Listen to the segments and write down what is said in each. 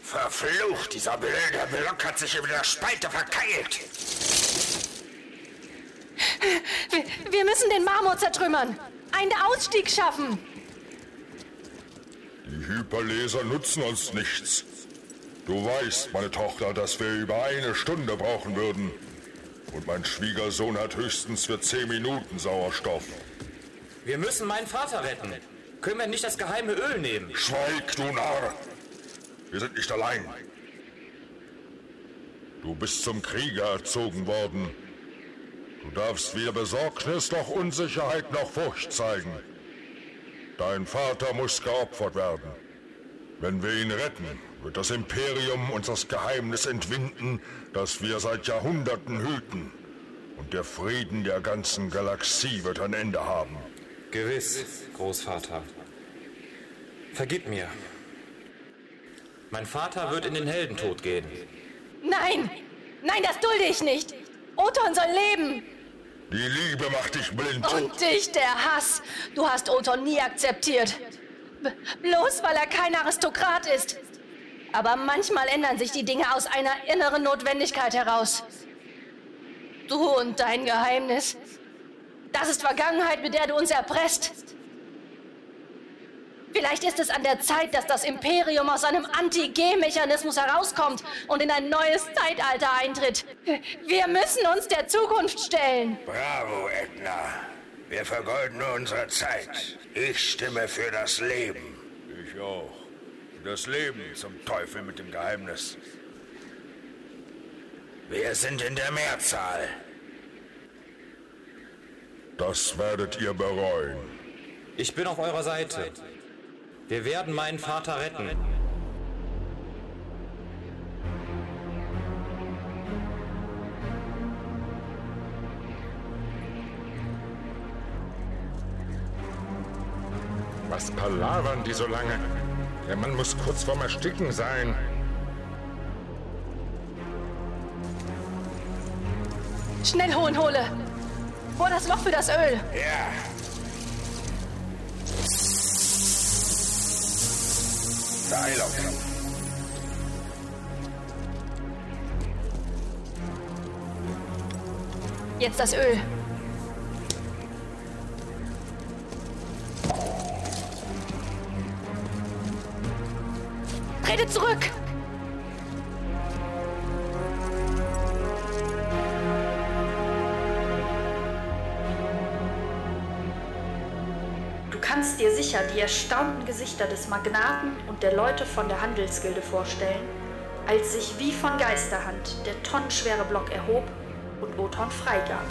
Verflucht, dieser blöde Block hat sich in der Spalte verkeilt. Wir müssen den Marmor zertrümmern. Einen Ausstieg schaffen. Die Hyperlaser nutzen uns nichts. Du weißt, meine Tochter, dass wir über 1 Stunde brauchen würden. Und mein Schwiegersohn hat höchstens für 10 Minuten Sauerstoff. Wir müssen meinen Vater retten. Können wir nicht das geheime Öl nehmen? Schweig, du Narr! Wir sind nicht allein. Du bist zum Krieger erzogen worden. Du darfst weder Besorgnis noch Unsicherheit noch Furcht zeigen. Dein Vater muss geopfert werden. Wenn wir ihn retten, wird das Imperium uns das Geheimnis entwinden, das wir seit Jahrhunderten hüten. Und der Frieden der ganzen Galaxie wird ein Ende haben. Gewiss, Großvater. Vergib mir. Mein Vater wird in den Heldentod gehen. Nein! Nein, das dulde ich nicht! Oton soll leben! Die Liebe macht dich blind. Und dich, der Hass! Du hast Oton nie akzeptiert. Bloß weil er kein Aristokrat ist. Aber manchmal ändern sich die Dinge aus einer inneren Notwendigkeit heraus. Du und dein Geheimnis. Das ist Vergangenheit, mit der du uns erpresst. Vielleicht ist es an der Zeit, dass das Imperium aus seinem Anti-G-Mechanismus herauskommt und in ein neues Zeitalter eintritt. Wir müssen uns der Zukunft stellen. Bravo, Edna. Wir vergeuden nur unsere Zeit. Ich stimme für das Leben. Ich auch. Das Leben zum Teufel mit dem Geheimnis. Wir sind in der Mehrzahl. Das werdet ihr bereuen. Ich bin auf eurer Seite. Wir werden meinen Vater retten. Was palavern die so lange? Der Mann muss kurz vorm Ersticken sein. Schnell, Hohenhole! Bohr das Loch für das Öl! Ja. Seilung. Jetzt das Öl. Tretet zurück! Du kannst dir sicher die erstaunten Gesichter des Magnaten und der Leute von der Handelsgilde vorstellen, als sich wie von Geisterhand der tonnenschwere Block erhob und Oton freigab.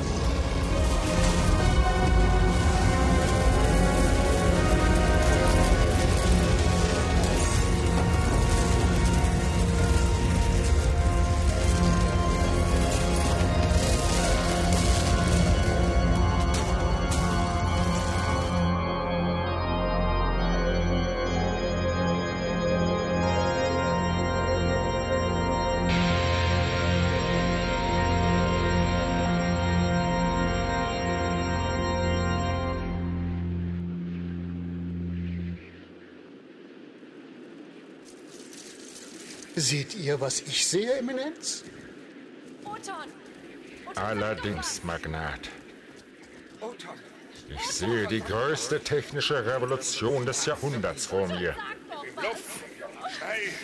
Seht ihr, was ich sehe, Eminenz? Oton! Allerdings, Magnat. Oton! Ich sehe die größte technische Revolution des Jahrhunderts vor mir. Luft! Schnell!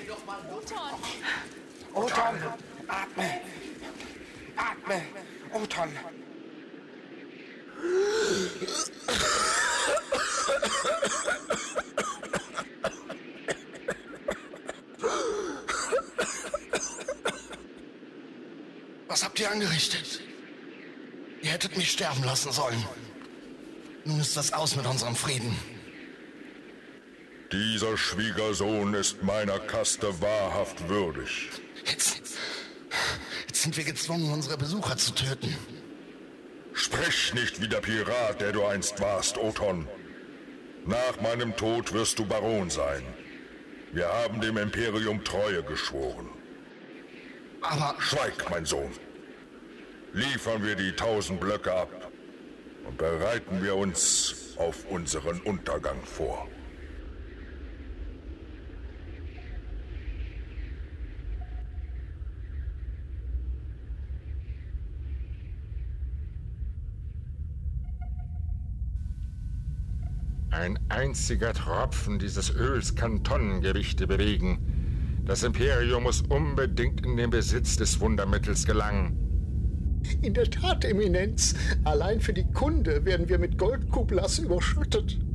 Oton! Atme! Atme! Oton! Was habt ihr angerichtet? Ihr hättet mich sterben lassen sollen. Nun ist das aus mit unserem Frieden. Dieser Schwiegersohn ist meiner Kaste wahrhaft würdig. Jetzt sind wir gezwungen, unsere Besucher zu töten. Sprich nicht wie der Pirat, der du einst warst, Oton. Nach meinem Tod wirst du Baron sein. Wir haben dem Imperium Treue geschworen. Aber Schweig, mein Sohn. Liefern wir die 1000 Blöcke ab und bereiten wir uns auf unseren Untergang vor. Ein einziger Tropfen dieses Öls kann Tonnengewichte bewegen. Das Imperium muss unbedingt in den Besitz des Wundermittels gelangen. In der Tat, Eminenz. Allein für die Kunde werden wir mit Goldkublas überschüttet.